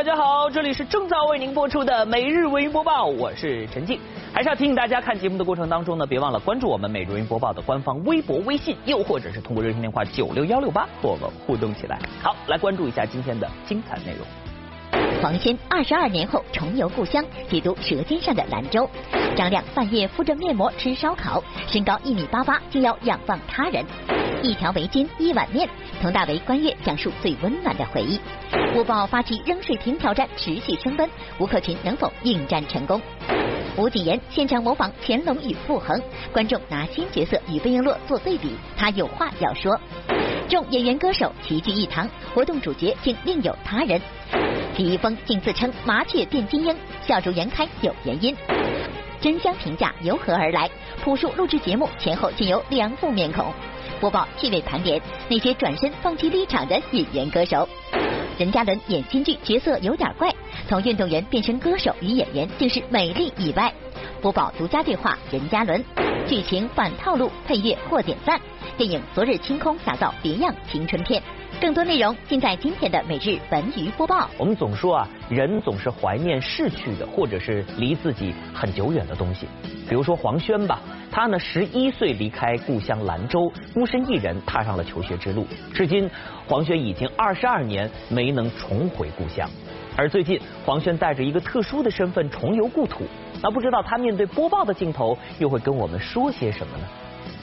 大家好，这里是正在为您播出的每日文娱播报，我是陈静。还是要提醒大家，看节目的过程当中呢，别忘了关注我们每日文娱播报的官方微博、微信，又或者是通过热线电话96168和我们互动起来。好，来关注一下今天的精彩内容。 黄轩22年后重游故乡，解读《舌尖上的兰州》。张亮半夜敷着面膜吃烧烤，身高1.88米，竟要仰望他人。一条围巾，一碗面。佟大为、关悦讲述最温暖的回忆。播报发起扔水瓶挑战，持续升温，吴克群能否应战成功？吴谨言现场模仿乾隆与傅恒，观众拿新角色与贝应洛做对比，他有话要说。众演员歌手齐聚一堂，活动主角竟另有他人。李易峰竟自称麻雀变金鹰，笑逐颜开有原因。真香评价由何而来？朴树录制节目前后竟有2副面孔。播报趣味盘点那些转身放弃立场的演员歌手。任嘉伦演新剧角色有点怪，从运动员变成歌手与演员竟是美丽意外。播报独家对话任嘉伦，剧情反套路，配乐获点赞。电影《昨日清空》打造别样青春片。更多内容尽在今天的每日文娱播报。 我们总说啊，人总是怀念逝去的，或者是离自己很久远的东西。比如说黄轩吧，他呢11岁离开故乡兰州，孤身一人踏上了求学之路。至今，黄轩已经22年没能重回故乡。而最近，黄轩带着一个特殊的身份重游故土。那不知道他面对播报的镜头，又会跟我们说些什么呢？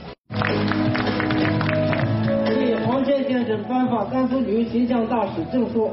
黄轩先生颁发甘肃旅游形象大使证书。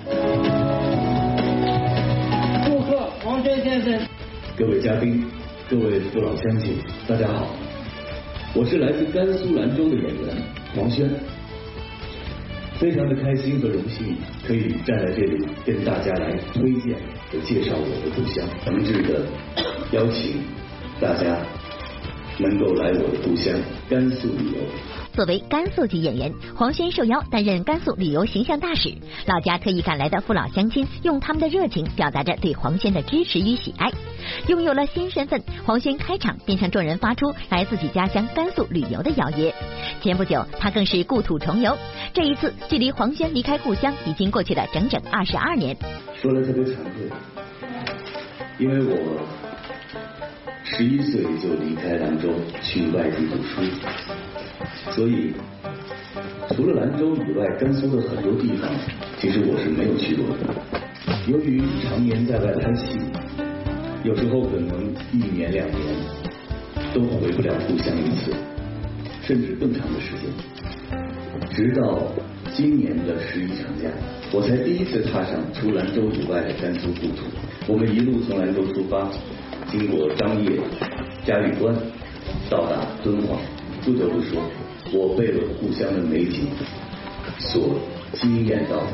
祝贺黄轩先生！ 各位嘉宾，各位父老乡亲，大家好，我是来自甘肃兰州的演员黄轩，非常的开心和荣幸可以站在这里跟大家来推荐和介绍我的故乡，诚挚的邀请大家能够来我的故乡甘肃旅游。 作为甘肃籍演员，黄轩受邀担任甘肃旅游形象大使。老家特意赶来的父老乡亲用他们的热情表达着对黄轩的支持与喜爱。拥有了新身份，黄轩开场便向众人发出来自己家乡甘肃旅游的邀约。前不久，他更是故土重游。这一次，距离黄轩离开故乡已经过去了整整22年。 说来特别惭愧，因为我11岁就离开兰州去外地读书，所以除了兰州以外，甘肃的很多地方其实我是没有去过的。由于常年在外拍戏，有时候可能1年2年都回不了故乡一次，甚至更长的时间。直到今年的11长假，我才第一次踏上除兰州以外的甘肃故土。我们一路从兰州出发，经过张掖、嘉峪关，到达敦煌。不得不说，我被我故乡的美景所惊艳到。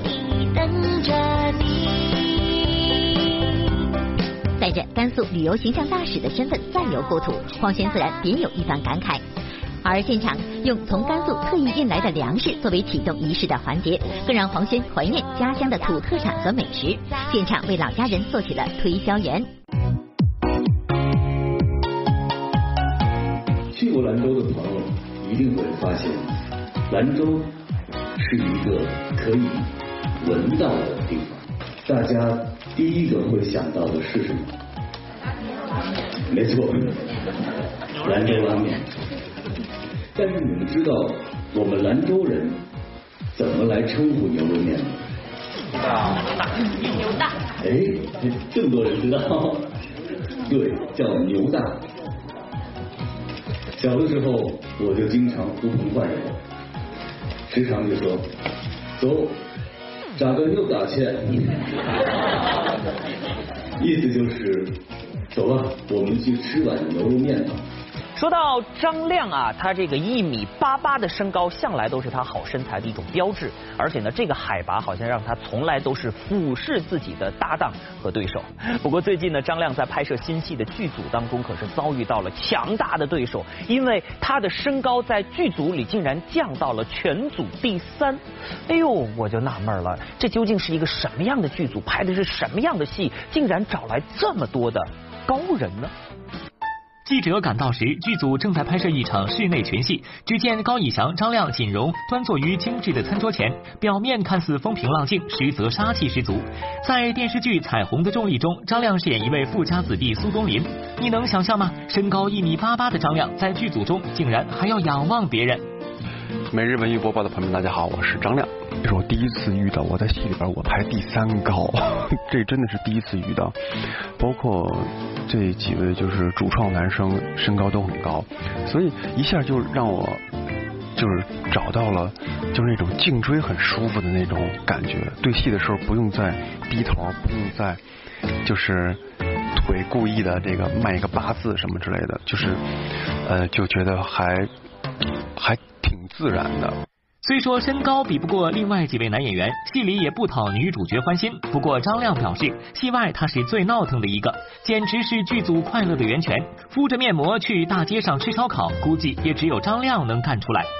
带着甘肃旅游形象大使的身份再游故土，黄轩自然别有一番感慨。而现场用从甘肃特意运来的粮食作为启动仪式的环节，更让黄轩怀念家乡的土特产和美食。现场为老家人做起了推销员。 去过兰州的朋友一定会发现，兰州是一个可以闻到的地方。大家第一个会想到的是什么？没错，兰州拉面。但是你们知道我们兰州人怎么来称呼牛肉面吗？ 牛大。 哎，这么多人知道？对，叫牛大。小的时候我就经常呼朋唤友，时常就说走，炸个牛大去，意思就是走吧，我们去吃碗牛肉面吧。 说到张亮啊，他这个1.88米的身高向来都是他好身材的一种标志，而且呢，这个海拔好像让他从来都是俯视自己的搭档和对手。不过最近呢，张亮在拍摄新戏的剧组当中可是遭遇到了强大的对手，因为他的身高在剧组里竟然降到了全组第3。哎呦，我就纳闷了，这究竟是一个什么样的剧组，拍的是什么样的戏，竟然找来这么多的高人呢？ 记者赶到时，剧组正在拍摄一场室内群戏。只见高以翔、张亮、锦荣端坐于精致的餐桌前，表面看似风平浪静，实则杀气十足。在电视剧《彩虹的重力》中，张亮饰演一位富家子弟苏东林。你能想象吗？身高1.88米的张亮，在剧组中竟然还要仰望别人。 每日文娱播报的朋友们，大家好，我是张亮。这是我第一次遇到，我在戏里边我排第3高，这真的是第一次遇到。包括这几位就是主创男生，身高都很高，所以一下就让我就是找到了就是那种颈椎很舒服的那种感觉。对戏的时候不用再逼头，不用再就是腿故意的这个迈一个8字什么之类的，就是就觉得还挺自然的。 虽说身高比不过另外几位男演员，戏里也不讨女主角欢心。不过张亮表示，戏外他是最闹腾的一个，简直是剧组快乐的源泉。敷着面膜去大街上吃烧烤，估计也只有张亮能干出来。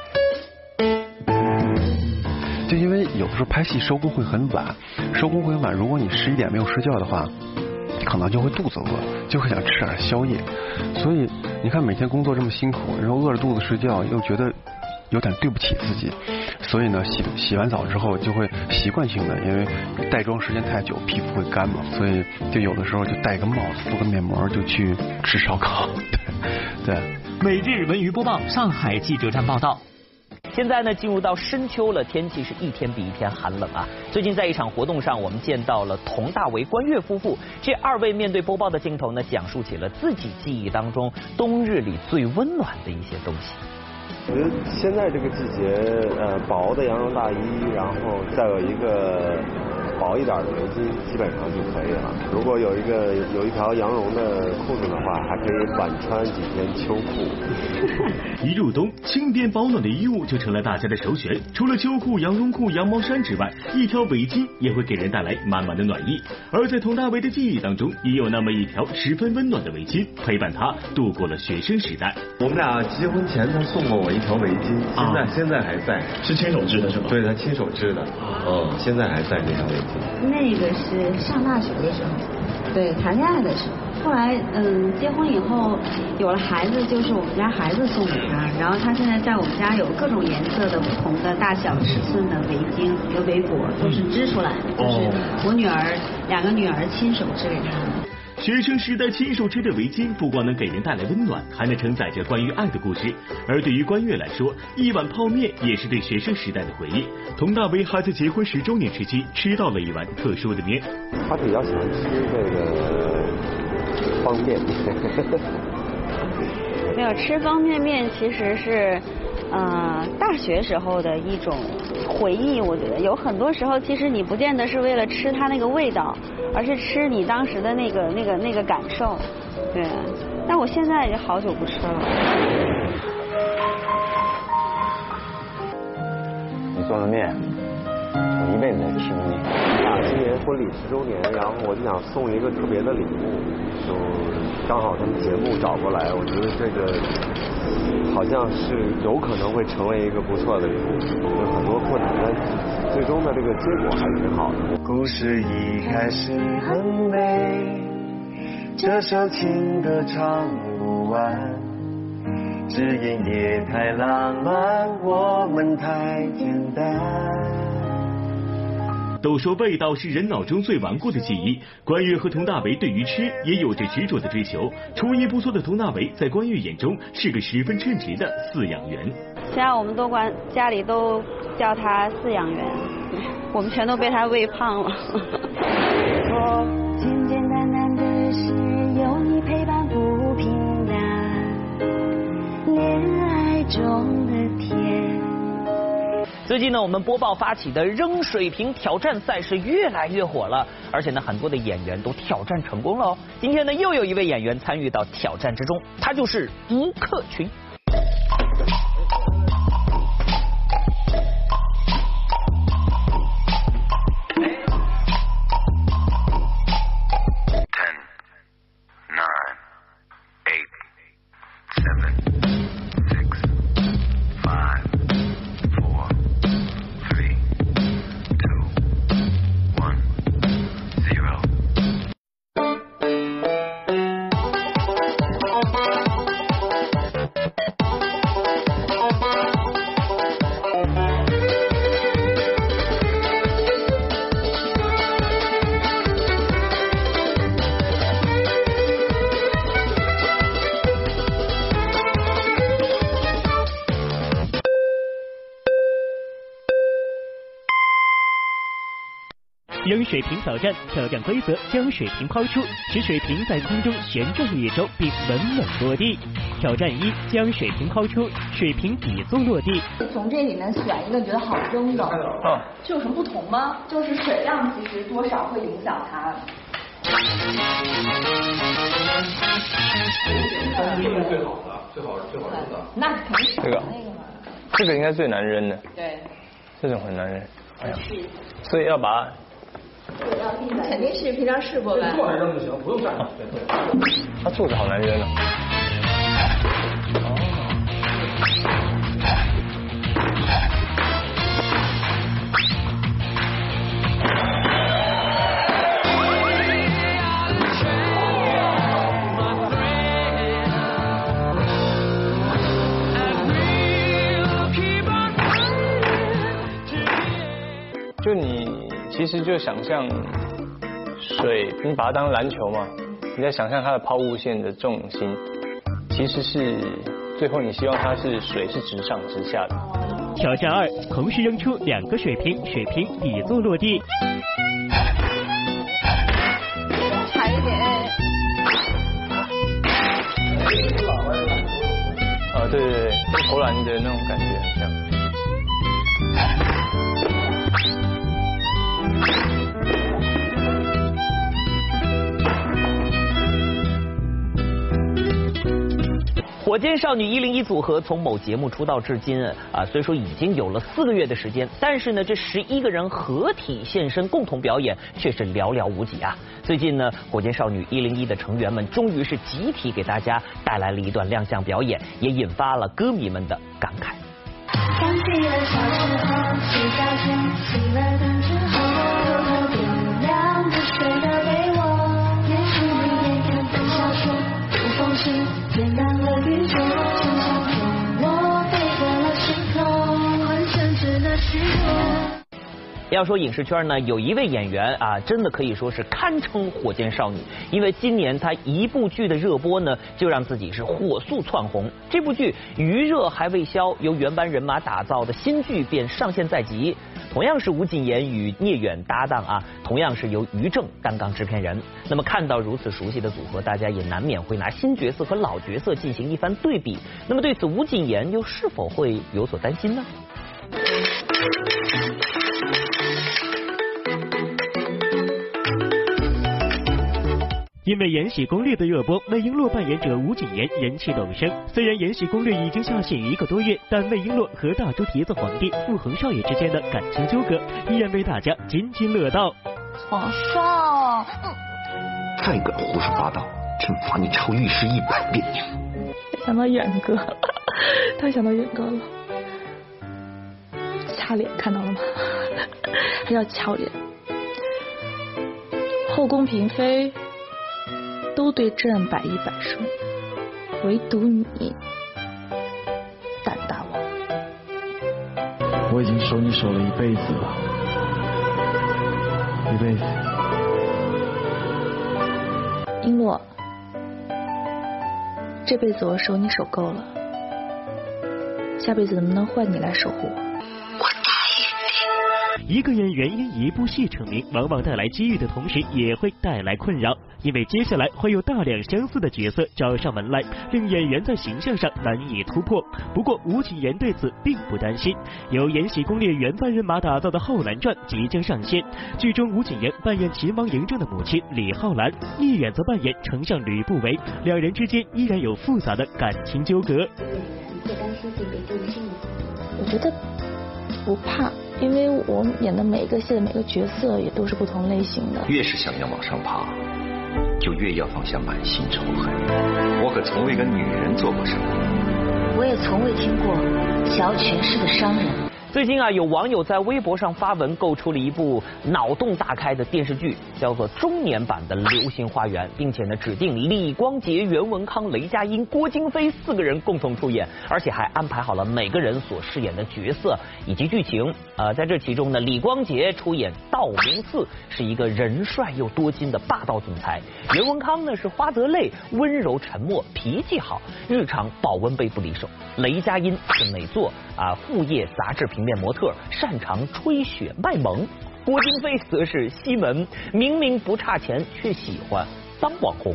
就因为有的时候拍戏收工会很晚，如果你11点没有睡觉的话，可能就会肚子饿，就会想吃点宵夜。所以你看每天工作这么辛苦，然后饿着肚子睡觉，又觉得有点对不起自己，所以呢洗完澡之后就会习惯性的，因为带妆时间太久皮肤会干嘛，所以就有的时候就戴个帽子敷个面膜就去吃烧烤。对。 每日文娱播报，上海记者站报道。 现在呢，进入到深秋了，天气是一天比一天寒冷啊。最近在一场活动上，我们见到了佟大为、关岳夫妇，这2位面对播报的镜头呢，讲述起了自己记忆当中冬日里最温暖的一些东西。 我觉得现在这个季节，薄的羊绒大衣，然后再有一个薄一点的围巾，基本上就可以了。如果有一条羊绒的裤子的话，还可以晚穿几天秋裤。 一入冬，轻便保暖的衣物就成了大家的首选。除了秋裤、羊绒裤、羊毛衫之外，一条围巾也会给人带来满满的暖意。而在佟大为的记忆当中，也有那么一条十分温暖的围巾，陪伴他度过了学生时代。 我们俩结婚前他送过我一条围巾，现在还在， 是亲手织的是吧？ 对，他亲手织的，现在还在那条围巾。 那个是上大学的时候，对，谈恋爱的时候。后来结婚以后有了孩子，就是我们家孩子送给他，然后他现在在我们家有各种颜色的不同的大小尺寸的围巾和围脖，都是织出来的，就是我2个女儿亲手织给他的。 学生时代亲手织的围巾，不光能给人带来温暖，还能承载着关于爱的故事。而对于关岳来说，一碗泡面也是对学生时代的回忆。佟大为还在结婚10周年时期吃到了一碗特殊的面。 他比较喜欢吃这个方便面。 没有，吃方便面其实是大学时候的一种回忆。我觉得有很多时候，其实你不见得是为了吃它那个味道，而是吃你当时的那个感受。对，但我现在也好久不吃了。 你做的面，我一辈子在吃的面。今年婚礼10周年，然后我就想送一个特别的礼物，就刚好他们节目找过来，我觉得这个好像是有可能会成为一个不错的礼物，有很多困难，但最终的这个结果还挺好的。 故事一开始很美，这首情歌唱不完，只因夜太浪漫，我们太简单。 都说味道是人脑中最顽固的记忆，关岳和佟大为对于吃也有着执着的追求。厨艺不错的佟大为在关岳眼中是个十分称职的饲养员。 现在我们家里都叫他饲养员，我们全都被他喂胖了。简简单单的事，有你陪伴不平淡，恋爱中的甜。 最近呢，我们播报发起的扔水瓶挑战赛是越来越火了，而且呢，很多的演员都挑战成功了哦。今天呢，又有一位演员参与到挑战之中，他就是吴克群。 扔水瓶挑战，挑战规则：将水瓶抛出，使水瓶在空中旋转1周并稳稳落地。挑战1：将水瓶抛出，水瓶底座落地。 从这里面选一个觉得好扔的，这有什么不同吗？就是水量其实多少会影响它。 这个是最好的，最好扔的。 那肯定是那个嘛。 这个应该最难扔的。 对。 这种很难扔。哎呀。所以要把。 肯定是平常试过呗。 坐着扔就行，不用站着。对。 他坐着好难扔啊。就你其实就想象水，你把它当篮球嘛，你在想象它的抛物线的重心，其实是最后你希望它是水是直上直下的。 挑战2：同时扔出2个水瓶，水瓶底座落地。 差一点。 对对对，跟投篮的那种感觉很像。 火箭少女101组合从某节目出道至今虽说已经有了4个月的时间，但是呢，这11个人合体现身共同表演却是寥寥无几啊。最近呢，火箭少女101的成员们终于是集体给大家带来了一段亮相表演，也引发了歌迷们的感慨。 想起了小时候，洗澡前熄了灯之后，偷偷点亮着睡的被窝，边数笔边看本小说，不风时点燃了宇宙，想象中我飞过了星空，换成真的世界。 要说影视圈呢，有一位演员真的可以说是堪称火箭少女，因为今年她一部剧的热播呢，就让自己是火速窜红。这部剧余热还未消，由原班人马打造的新剧便上线在即。同样是吴谨言与聂远搭档同样是由于正担当制片人。那么看到如此熟悉的组合，大家也难免会拿新角色和老角色进行一番对比。那么对此，吴谨言又是否会有所担心呢？ 因为《延禧攻略》的热播，魏璎珞扮演者吴谨言人气陡升。虽然《延禧攻略》已经下线1个多月，但魏璎珞和大猪蹄子皇帝傅恒少爷之间的感情纠葛依然为大家津津乐道。 皇上，再敢胡说八道，朕罚你抄御史100遍。 想到远哥，太想到远哥了。掐脸看到了吗？还要敲脸。后宫嫔妃都对朕百依百顺，唯独你胆大妄为。 我已经守你守了1辈子了，1辈子。 璎珞，这辈子我守你守够了，下辈子能不能换你来守护我？ 一个演员因一部戏成名，往往带来机遇的同时，也会带来困扰，因为接下来会有大量相似的角色找上门来，令演员在形象上难以突破。不过吴谨言对此并不担心，由《延禧攻略》原班人马打造的《后兰传》即将上线，剧中吴谨言扮演秦王嬴政的母亲李浩然，聂远则扮演丞相吕不韦，两人之间依然有复杂的感情纠葛。 你会担心自己被丢弃吗？我觉得不怕。因为我演的每一个戏的每个角色也都是不同类型的。 越是想要往上爬，就越要放下满心仇恨。我可从未跟女人做过生意， 我也从未听过想要权势的商人。 最近有网友在微博上发文，构出了一部脑洞大开的电视剧，叫做中年版的《流星花园》，并且呢指定李光洁、袁文康、雷佳音、郭京飞4个人共同出演，而且还安排好了每个人所饰演的角色以及剧情。在这其中呢，李光洁出演道明寺，是一个人帅又多金的霸道总裁；袁文康呢是花泽类，温柔沉默，脾气好，日常保温杯不离手；雷佳音是美作副业杂志平面模特，擅长吹雪卖萌。 郭京飞则是西门，明明不差钱，却喜欢当网红。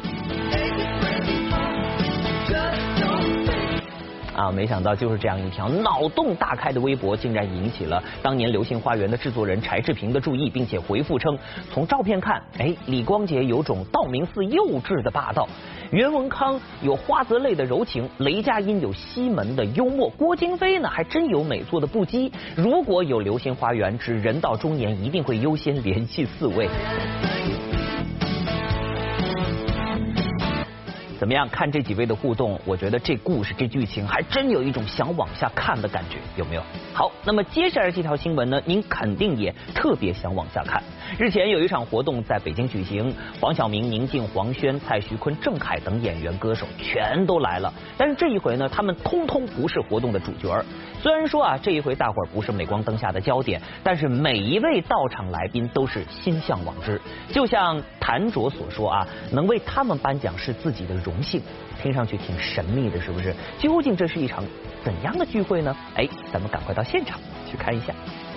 没想到就是这样一条脑洞大开的微博，竟然引起了当年《流星花园》的制作人柴智屏的注意，并且回复称，从照片看，李光洁有种道明寺幼稚的霸道，袁文康有花泽类的柔情，雷佳音有西门的幽默，郭京飞呢还真有美作的不羁。如果有《流星花园》之人到中年，一定会优先联系4位。怎么样看这几位的互动？我觉得这故事这剧情还真有一种想往下看的感觉，有没有？好，那么接下来这条新闻呢，您肯定也特别想往下看。日前有一场活动在北京举行，黄晓明、宁静、黄轩、蔡徐坤、郑恺等演员歌手全都来了，但是这一回呢，他们通通不是活动的主角。虽然说这一回大伙儿不是镁光灯下的焦点，但是每一位到场来宾都是心向往之。就像谭卓所说能为他们颁奖是自己的荣幸，听上去挺神秘的，是不是？究竟这是一场怎样的聚会呢？咱们赶快到现场去看一下。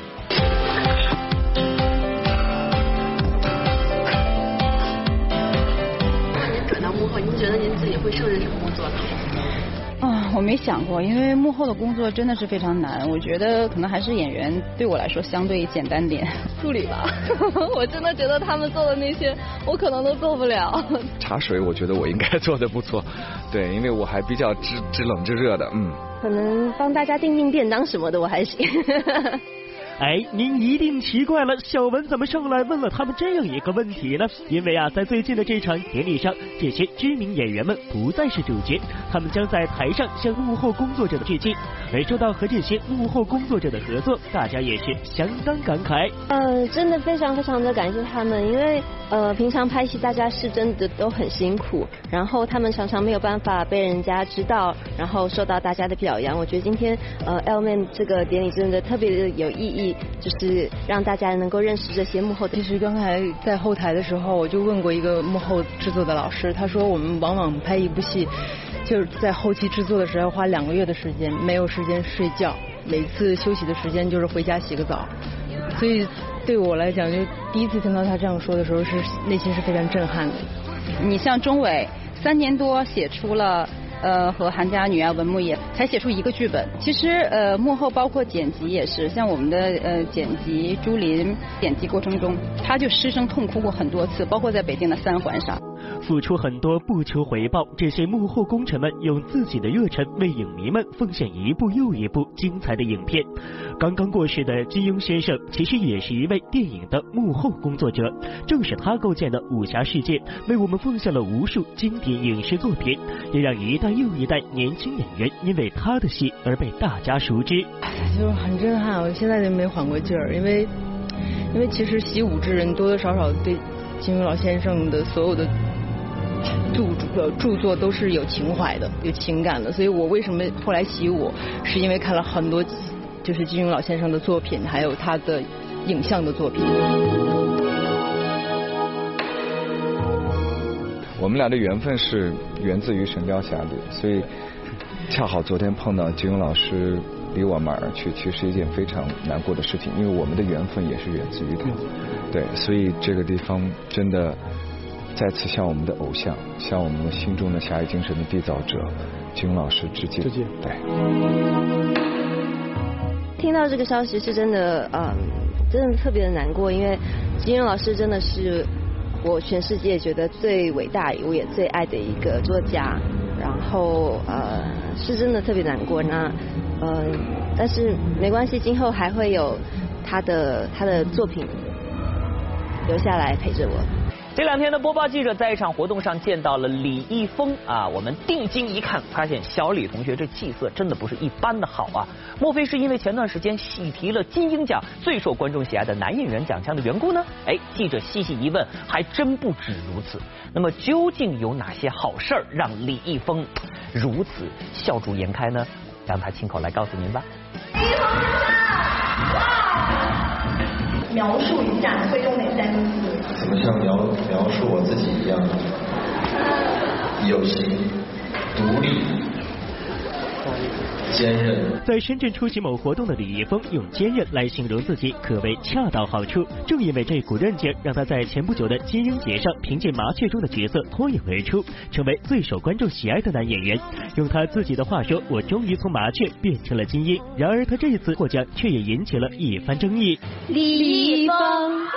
您转到幕后，您觉得您自己会胜任什么工作呢？ 我没想过，因为幕后的工作真的是非常难。我觉得可能还是演员对我来说相对简单点。 助理吧，我真的觉得他们做的那些，我可能都做不了。 茶水，我觉得我应该做的不错，对，因为我还比较知冷知热的， 可能帮大家订便当什么的，我还行。 您一定奇怪了，小文怎么上来问了他们这样一个问题呢？因为在最近的这场典礼上，这些知名演员们不再是主角，他们将在台上向幕后工作者的致敬。而说到和这些幕后工作者的合作，大家也是相当感慨。 真的非常非常的感谢他们，因为平常拍戏大家是真的都很辛苦，然后他们常常没有办法被人家知道，然后受到大家的表扬。我觉得今天Element 这个典礼真的特别的有意义。就是让大家能够认识这些幕后的。 其实刚才在后台的时候，我就问过一个幕后制作的老师，他说我们往往拍一部戏，就是在后期制作的时候要花2个月的时间，没有时间睡觉，每次休息的时间就是回家洗个澡。所以对我来讲，就第一次听到他这样说的时候，是内心是非常震撼的。你像钟伟3年多写出了。和韩家女文牧野才写出1个剧本。其实幕后包括剪辑也是，像我们的剪辑朱琳，剪辑过程中他就失声痛哭过很多次，包括在北京的3环上。 付出很多不求回报，这些幕后功臣们用自己的热忱为影迷们奉献一部又一部精彩的影片。刚刚过世的金庸先生其实也是一位电影的幕后工作者，正是他构建的武侠世界，为我们奉献了无数经典影视作品，也让一代又一代年轻演员因为他的戏而被大家熟知。 就是很震撼，我现在就没缓过劲儿，因为其实习武之人多多少少对金庸老先生的所有的著作都是有情怀的，有情感的，所以我为什么后来习武，是因为看了很多就是金庸老先生的作品，还有他的影像的作品。 我们俩的缘分是源自于《神雕侠侣》，所以恰好昨天碰到金庸老师离我们而去，其实是一件非常难过的事情，因为我们的缘分也是源自于他。对，所以这个地方真的再次向我们的偶像，向我们心中的侠义精神的缔造者金庸老师致敬。对。 听到这个消息是真的，真的特别的难过，因为金庸老师真的是我全世界觉得最伟大，我也最爱的一个作家，然后是真的特别难过。那但是没关系，今后还会有他的作品留下来陪着我。 这2天的播报记者在一场活动上见到了李易峰我们定睛一看，发现小李同学这气色真的不是一般的好啊！莫非是因为前段时间喜提了金鹰奖最受观众喜爱的男演员奖项的缘故呢？记者细细一问，还真不止如此。那么究竟有哪些好事儿让李易峰如此笑逐颜开呢？让他亲口来告诉您吧。 描述一下会用哪3个字？ 怎么像描述我自己一样，有型、独立、 坚韧。 在深圳出席某活动的李易峰用坚韧来形容自己，可谓恰到好处。正因为这股韧劲，让他在前不久的金鹰节上凭借《麻雀》中的角色脱颖而出，成为最受观众喜爱的男演员。用他自己的话说，我终于从麻雀变成了金鹰。然而他这次获奖却也引起了一番争议。 李易峰，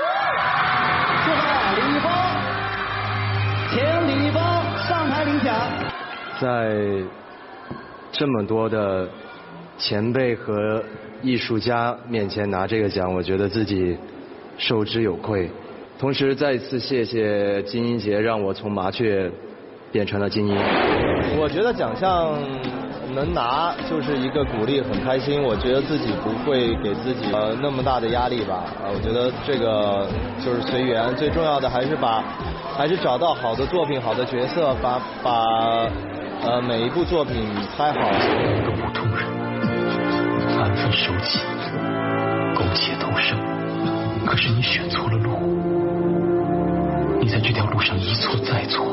李易峰，请李易峰上台领奖。 在这么多的前辈和艺术家面前拿这个奖，我觉得自己受之有愧。同时再一次谢谢金鹰节，让我从麻雀变成了金鹰。 我觉得奖项能拿就是一个鼓励，很开心。我觉得自己不会给自己那么大的压力吧。我觉得这个就是随缘，最重要的还是找到好的作品、好的角色，把每一部作品拍好。 一个普通人，安分守己，苟且偷生。可是你选错了路，你在这条路上一错再错，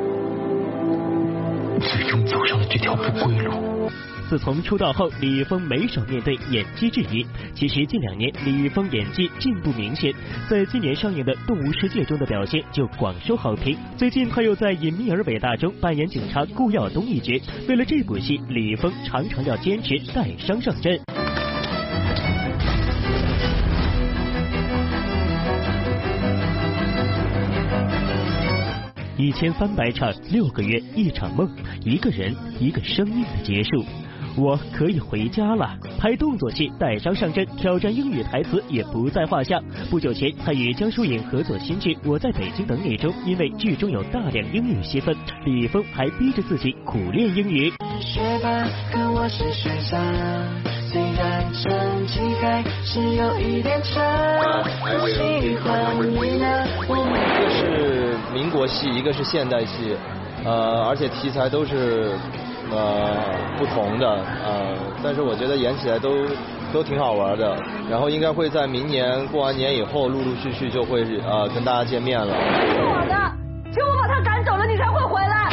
最终走上了这条不归路。 自从出道后，李易峰没少面对演技质疑。其实近2年，李易峰演技进步明显，在今年上映的《动物世界》中的表现就广受好评。最近他又在《隐秘而伟大》中扮演警察顾耀东一角，为了这部戏，李易峰常常要坚持带伤上阵。1300场，6个月，1场梦，一个人，一个生命的结束。我可以回家了。拍动作戏带伤上阵，挑战英语台词也不在话下。不久前，他与江疏影合作新剧《我在北京等你》中，因为剧中有大量英语戏份，李易峰还逼着自己苦练英语。 学霸，可我是学渣，虽然成绩还是有一点差。我喜欢你呢， 一个是民国戏，一个是现代戏，而且题材都是不同的，但是我觉得演起来都挺好玩的。然后应该会在明年过完年以后，陆陆续续就会跟大家见面了。 是我的，只有我把他赶走了，你才会回来。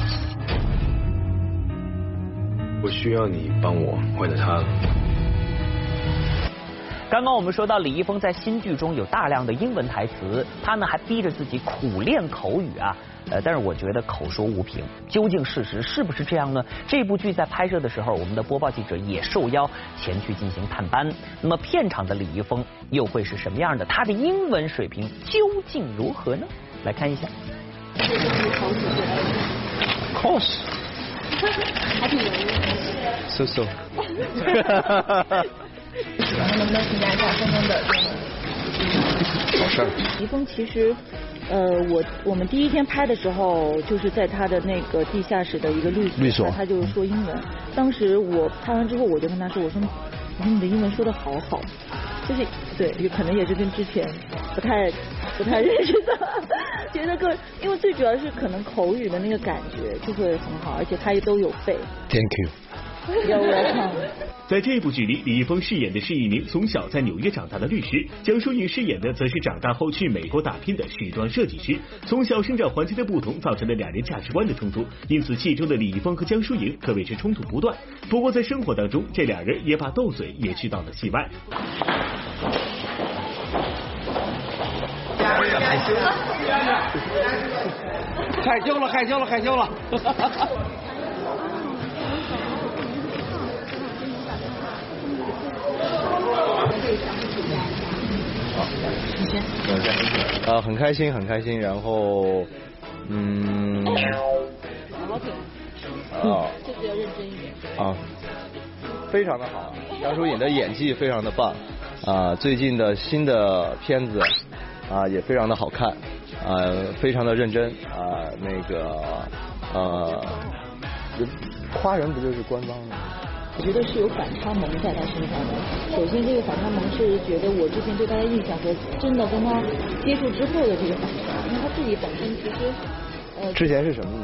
我需要你帮我，为了他。 刚刚我们说到李易峰在新剧中有大量的英文台词，他呢还逼着自己苦练口语啊。但是我觉得口说无凭，究竟事实是不是这样呢？这部剧在拍摄的时候，我们的播报记者也受邀前去进行探班。那么片场的李易峰又会是什么样的？他的英文水平究竟如何呢？来看一下。 course， 还挺容易。 so。 然后能不能评价一下峰峰的英文？ 好事儿。 李易峰其实。我们第一天拍的时候，就是在他的那个地下室的一个律所，他就说英文。当时我拍完之后，我就跟他说，我说你的英文说的好好，就是对，可能也是跟之前不太认识的，觉得因为最主要是可能口语的那个感觉就会很好，而且他也都有背。 Thank you。 在这部剧里，李易峰饰演的是一名从小在纽约长大的律师，江疏影饰演的则是长大后去美国打拼的时装设计师。从小生长环境的不同，造成了两人价值观的冲突，因此戏中的李易峰和江疏影可谓是冲突不断。不过在生活当中，这两人也把斗嘴延续到了戏外。 害羞了。 很开心，然后就是要认真一点。 非常的好，江疏影的演技非常的棒，最近的新的片子也非常的好看，非常的认真，夸人不就是官方吗？ 我觉得是有反差萌在他身上的。首先，这个反差萌是觉得我之前对他的印象和真的跟他接触之后的这个反差，因为他自己本身其实之前是什么印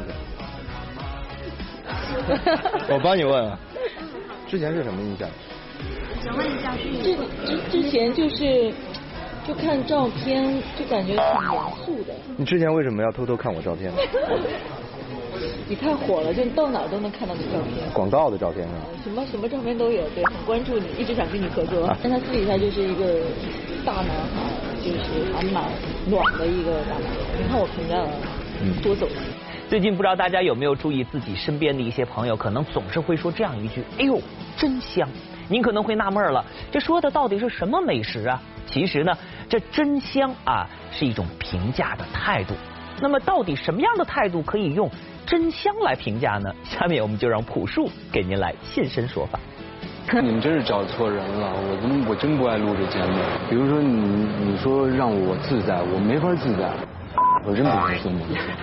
象？我帮你问啊，之前是什么印象？ 想问一下， 之前就看照片就感觉挺严肃的。 你之前为什么要偷偷看我照片呢？ 你太火了，就到哪儿都能看到你照片。 广告的照片啊？ 什么照片都有，对，很关注你，一直想跟你合作。但他私底下就是一个大男孩，就是还蛮暖的一个大男孩。你看我评价了多走心。 最近不知道大家有没有注意自己身边的一些朋友，可能总是会说这样一句：“哎呦，真香！”您可能会纳闷了，这说的到底是什么美食啊？其实呢，这真香啊是一种评价的态度。那么到底什么样的态度可以用真香来评价呢？下面我们就让朴树给您来现身说法。 你们真是找错人了，我真不爱录这节目。比如说你说让我自在，我没法自在，我真不会这么。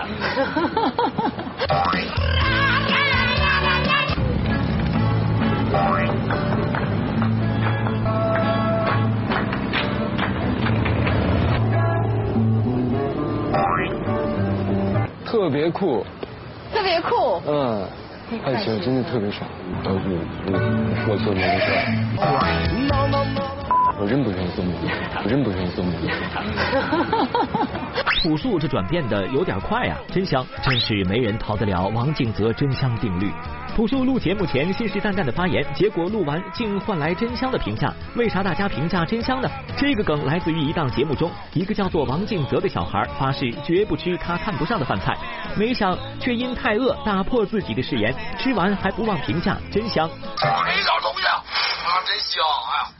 特别酷， 特别酷。 爱情真的特别爽。我做摩托车。我真不愿意做摩托车，我真不愿意做摩托车。 朴树这转变的有点快啊，真香，真是没人逃得了王敬泽真香定律。朴树录节目前信誓旦旦的发言，结果录完竟换来真香的评价。为啥大家评价真香呢？这个梗来自于一档节目中，一个叫做王敬泽的小孩发誓绝不吃他看不上的饭菜，没想却因太饿打破自己的誓言，吃完还不忘评价真香。 没点东西啊，真香！哎呀，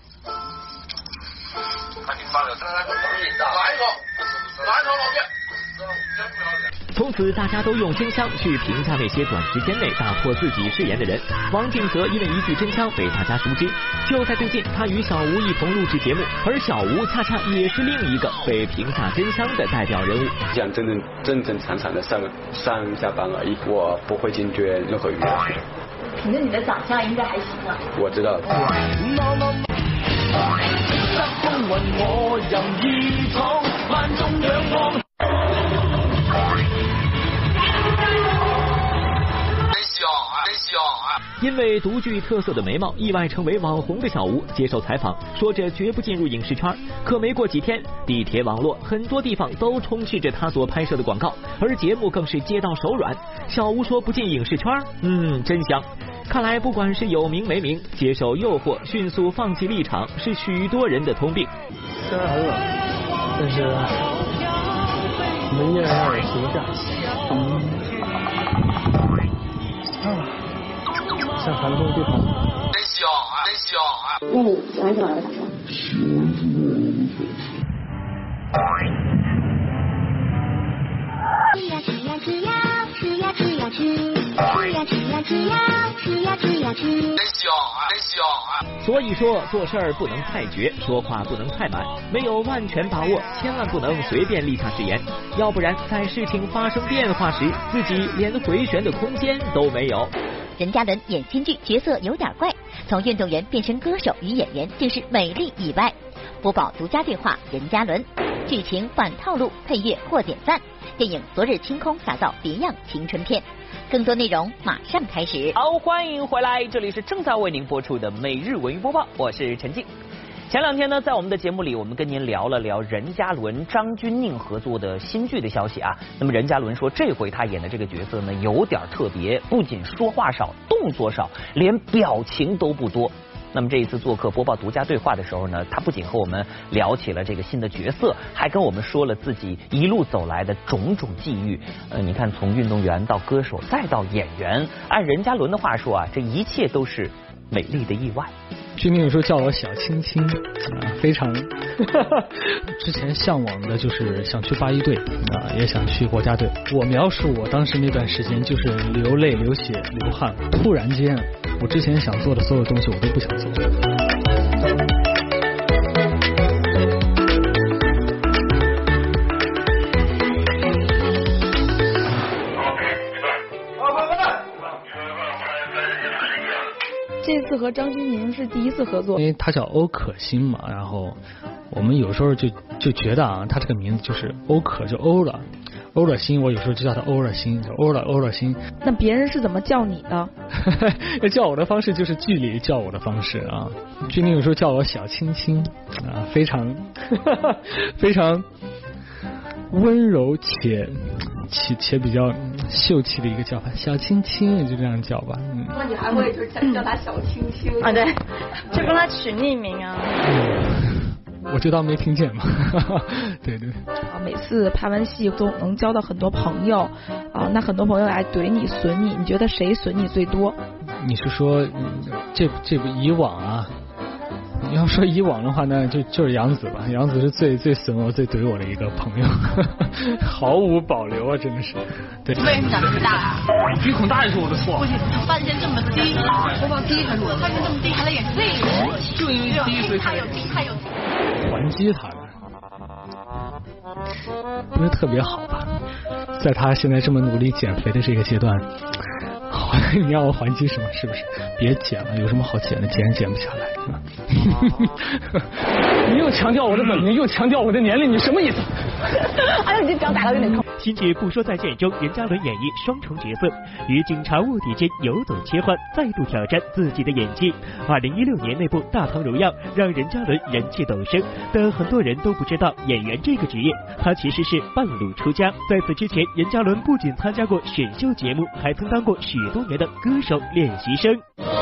看你发的，来一口，老弟。 从此大家都用真香去评价那些短时间内打破自己誓言的人。王敬泽因为一句真香被大家熟知。就在最近，他与小吴一同录制节目，而小吴恰恰也是另一个被评价真香的代表人物。 想正常的上下班而已，我不会禁绝任何娱乐。 凭着你的长相应该还行啊。 我知道。 因为独具特色的眉毛，意外成为网红的小吴接受采访说着绝不进入影视圈，可没过几天，地铁网络很多地方都充斥着他所拍摄的广告，而节目更是接到手软。小吴说不进影视圈，真香。看来不管是有名没名，接受诱惑迅速放弃立场是许多人的通病。 虽然很冷，但是我们依然要有形象。像寒冬对跑。 真香啊！真香啊！ 那你喜欢什么样的打算？ 吃呀吃呀吃呀吃呀吃呀吃，吃呀吃呀吃呀吃呀吃呀吃。 真香啊！真香啊！ 所以说做事儿不能太绝，说话不能太满，没有万全把握，千万不能随便立下誓言，要不然在事情发生变化时，自己连回旋的空间都没有。 任嘉伦演新剧角色有点怪，从运动员变身歌手与演员真是美丽意外。播报独家对话任嘉伦，剧情反套路，配乐获点赞。电影《昨日清空》打造别样青春片。更多内容马上开始。 好，欢迎回来，这里是正在为您播出的每日文娱播报，我是陈静。前两天呢，在我们的节目里，我们跟您聊了聊任嘉伦、张钧甯合作的新剧的消息啊。那么任嘉伦说，这回他演的这个角色呢，有点特别，不仅说话少、动作少，连表情都不多。那么这一次做客播报独家对话的时候呢，他不仅和我们聊起了这个新的角色，还跟我们说了自己一路走来的种种际遇。你看，从运动员到歌手再到演员，按任嘉伦的话说啊，这一切都是美丽的意外。 钧甯有时候叫我小青青非常之前向往的就是想去8·1队也想去国家队。我描述我当时那段时间就是流泪流血流汗，突然间我之前想做的所有东西我都不想做。 这次和张钧甯是第一次合作， 因为他叫欧可欣嘛，然后我们有时候就觉得啊，他这个名字就是欧可，就欧了。欧了心，我有时候就叫他欧了心，就欧了心。 那别人是怎么叫你的？ 叫我的方式就是剧里叫我的方式啊。钧甯有时候叫我小青青非常非常温柔且且比较秀气的一个叫法，小青青就这样叫吧。 那你还会就是叫他小青青啊？对，就帮他取匿名啊。 我就当没听见嘛。对对。 每次拍完戏都能交到很多朋友啊，那很多朋友来怼你损你，你觉得谁损你最多？ 你是说这部以往啊？你要说以往的话呢，就是杨紫吧，杨紫是最损我、最怼我的一个朋友，毫无保留啊，真的是。对。 为什么长这么大啊？ 鼻孔大也是我的错。 不行，范线这么低，播放低还是我的错？范线这么低还来演这个， 就因为低，所以他有低，他有低。 还击他的，不是特别好吧？在他现在这么努力减肥的这个阶段。你让我还击什么？是不是？别减了，有什么好减的？减也减不下来，是吧？你又强调我的本名，又强调我的年龄，你什么意思？ 哎呀，你这脚打到有点痛。 新剧《不说再见》中，任嘉伦演绎双重角色，与警察卧底间游走切换，再度挑战自己的演技。2016年那部《大唐荣耀》让任嘉伦人气陡升，但很多人都不知道演员这个职业，他其实是半路出家。在此之前，任嘉伦不仅参加过选秀节目，还曾当过许多年的歌手练习生。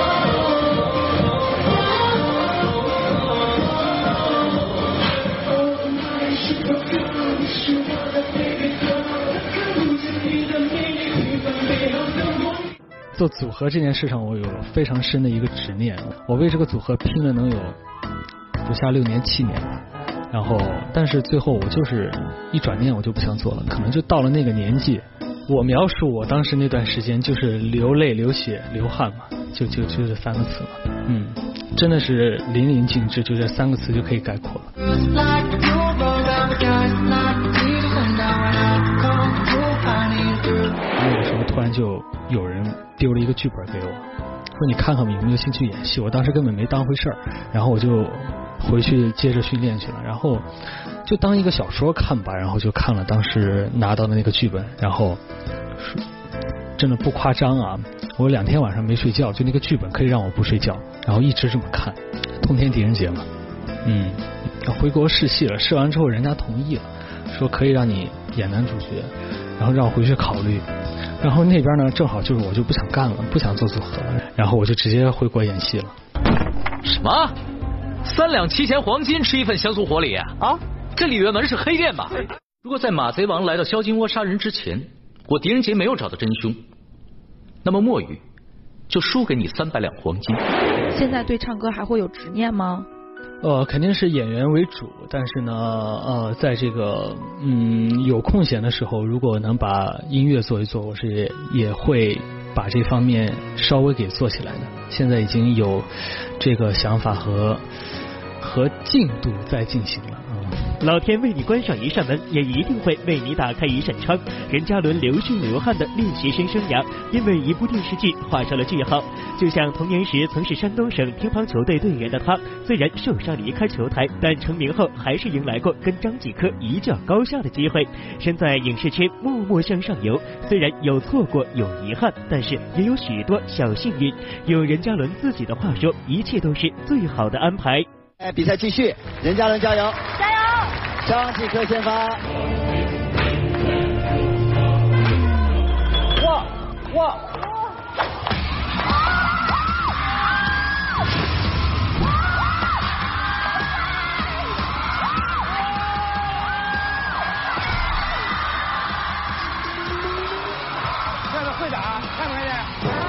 做组合这件事上，我有非常深的一个执念，我为这个组合拼了能有不下6年7年吧。然后，但是最后我就是一转念，我就不想做了。可能就到了那个年纪，我描述我当时那段时间就是流泪、流血、流汗嘛，就这3个词嘛。真的是淋漓尽致，就这3个词就可以概括了。那个时候突然就有人丢了一个剧本给我，说你看看有没有兴趣演戏。我当时根本没当回事儿，然后我就回去接着训练去了，然后就当一个小说看吧，然后就看了当时拿到的那个剧本，然后真的不夸张啊，我2天晚上没睡觉，就那个剧本可以让我不睡觉，然后一直这么看。通天狄仁杰嘛，回国试戏了，试完之后人家同意了，说可以让你演男主角，然后让我回去考虑。然后那边呢，正好就是我就不想干了，不想做组合了，然后我就直接回国演戏了。 什么？3两7钱黄金吃一份香酥火礼啊？这李元门是黑店吧？如果在马贼王来到萧金窝杀人之前，我狄仁杰没有找到真凶，那么墨雨就输给你300两黄金。 现在对唱歌还会有执念吗？ 肯定是演员为主，但是呢，在这个有空闲的时候，如果能把音乐做一做，我是也会把这方面稍微给做起来的。现在已经有这个想法和进度在进行了。 老天为你关上一扇门，也一定会为你打开一扇窗。任嘉伦流血流汗的练习生生涯，因为一部电视剧画上了句号。就像童年时曾是山东省乒乓球队队员的他，虽然受伤离开球台，但成名后还是迎来过跟张继科一较高下的机会。身在影视圈默默向上游，虽然有错过有遗憾，但是也有许多小幸运。用任嘉伦自己的话说，一切都是最好的安排。 比赛继续，任嘉伦加油！ 加油！ 张继科先发。哇！ 看看会打，看不看见？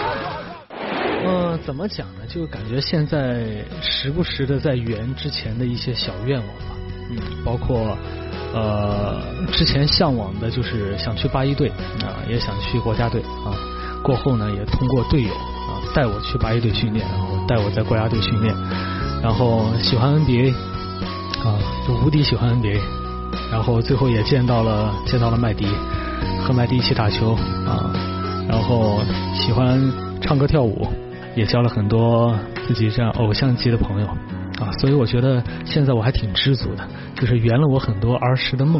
怎么讲呢？就感觉现在时不时的在圆之前的一些小愿望吧，包括之前向往的就是想去81队也想去国家队过后呢也通过队友带我去81队训练，然后带我在国家队训练，然后喜欢 NBA 就无敌喜欢 NBA， 然后最后也见到了麦迪，和麦迪一起打球然后喜欢唱歌跳舞，也交了很多自己这样偶像级的朋友所以我觉得现在我还挺知足的，就是圆了我很多儿时的梦。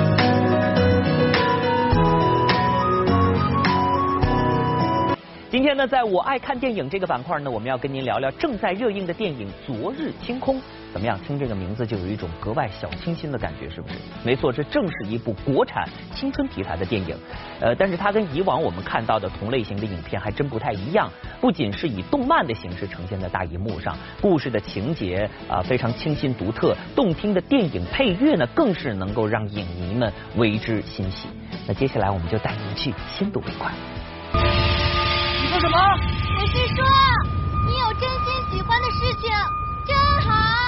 今天天呢，在我爱看电影这个板块呢，我们要跟您聊聊正在热映的电影《昨日清空》。怎么样？听这个名字就有一种格外小清新的感觉，是不是？没错，这正是一部国产青春题材的电影。但是它跟以往我们看到的同类型的影片还真不太一样。不仅是以动漫的形式呈现在大荧幕上，故事的情节非常清新独特，动听的电影配乐呢，更是能够让影迷们为之欣喜。那接下来我们就带您去深度为快。 你说什么？我是说，你有真心喜欢的事情真好。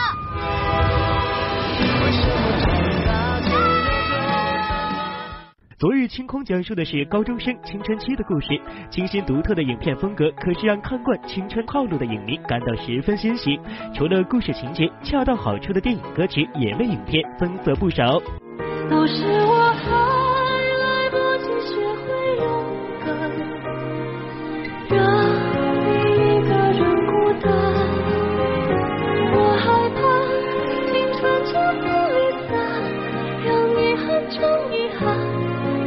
昨日清空讲述的是高中生青春期的故事，清新独特的影片风格可是让看惯青春套路的影迷感到十分欣喜。除了故事情节，恰到好处的电影歌曲也为影片增色不少。 都是我还来不及学会勇敢，让你一个人孤单。我害怕青春就此离散，让你很长遗憾。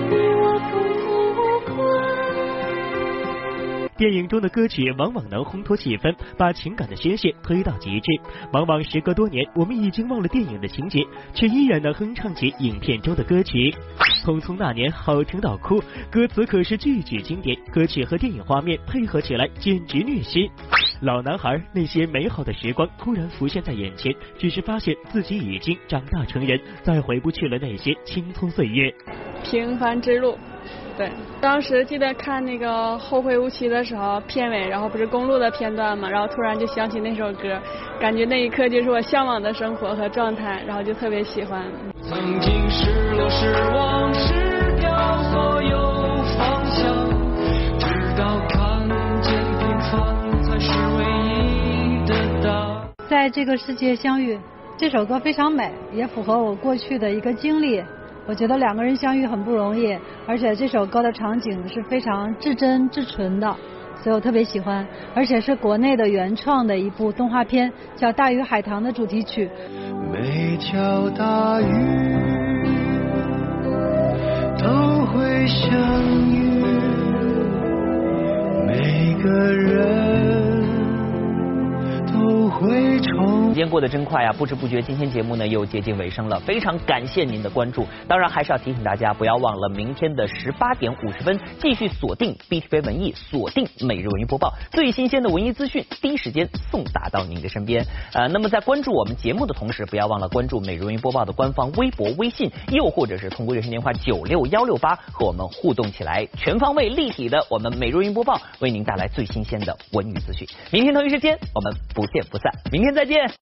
电影中的歌曲往往能烘托气氛，把情感的宣泄推到极致。往往时隔多年，我们已经忘了电影的情节，却依然能哼唱起影片中的歌曲。匆匆那年，好成到哭，歌词可是句句经典，歌曲和电影画面配合起来简直虐心。老男孩那些美好的时光突然浮现在眼前，只是发现自己已经长大成人，再回不去了那些青葱岁月。 平凡之路。对，当时记得看那个《后会无期》的时候，片尾然后不是公路的片段嘛，然后突然就想起那首歌，感觉那一刻就是我向往的生活和状态，然后就特别喜欢。 曾经失落失望失掉所有方向，直到看见平凡才是唯一的答案。 在这个世界相遇，这首歌非常美，也符合我过去的一个经历。我觉得两个人相遇很不容易，而且这首歌的场景是非常至真至纯的，所以我特别喜欢，而且是国内的原创的一部动画片，叫《大鱼海棠》的主题曲。 每条大鱼都会相遇，每个人都会重。 时间过得真快啊！不知不觉，今天节目呢又接近尾声了，非常感谢您的关注。当然，还是要提醒大家，不要忘了明天的18点50分继续锁定 BTV 文艺，锁定每日文娱播报，最新鲜的文艺资讯第一时间送达到您的身边。那么在关注我们节目的同时，不要忘了关注每日文娱播报的官方微博、微信，又或者是通过热线电话96168和我们互动起来，全方位立体的我们每日文娱播报为您带来最新鲜的文娱资讯。明天同一时间我们不见不散，明天再见。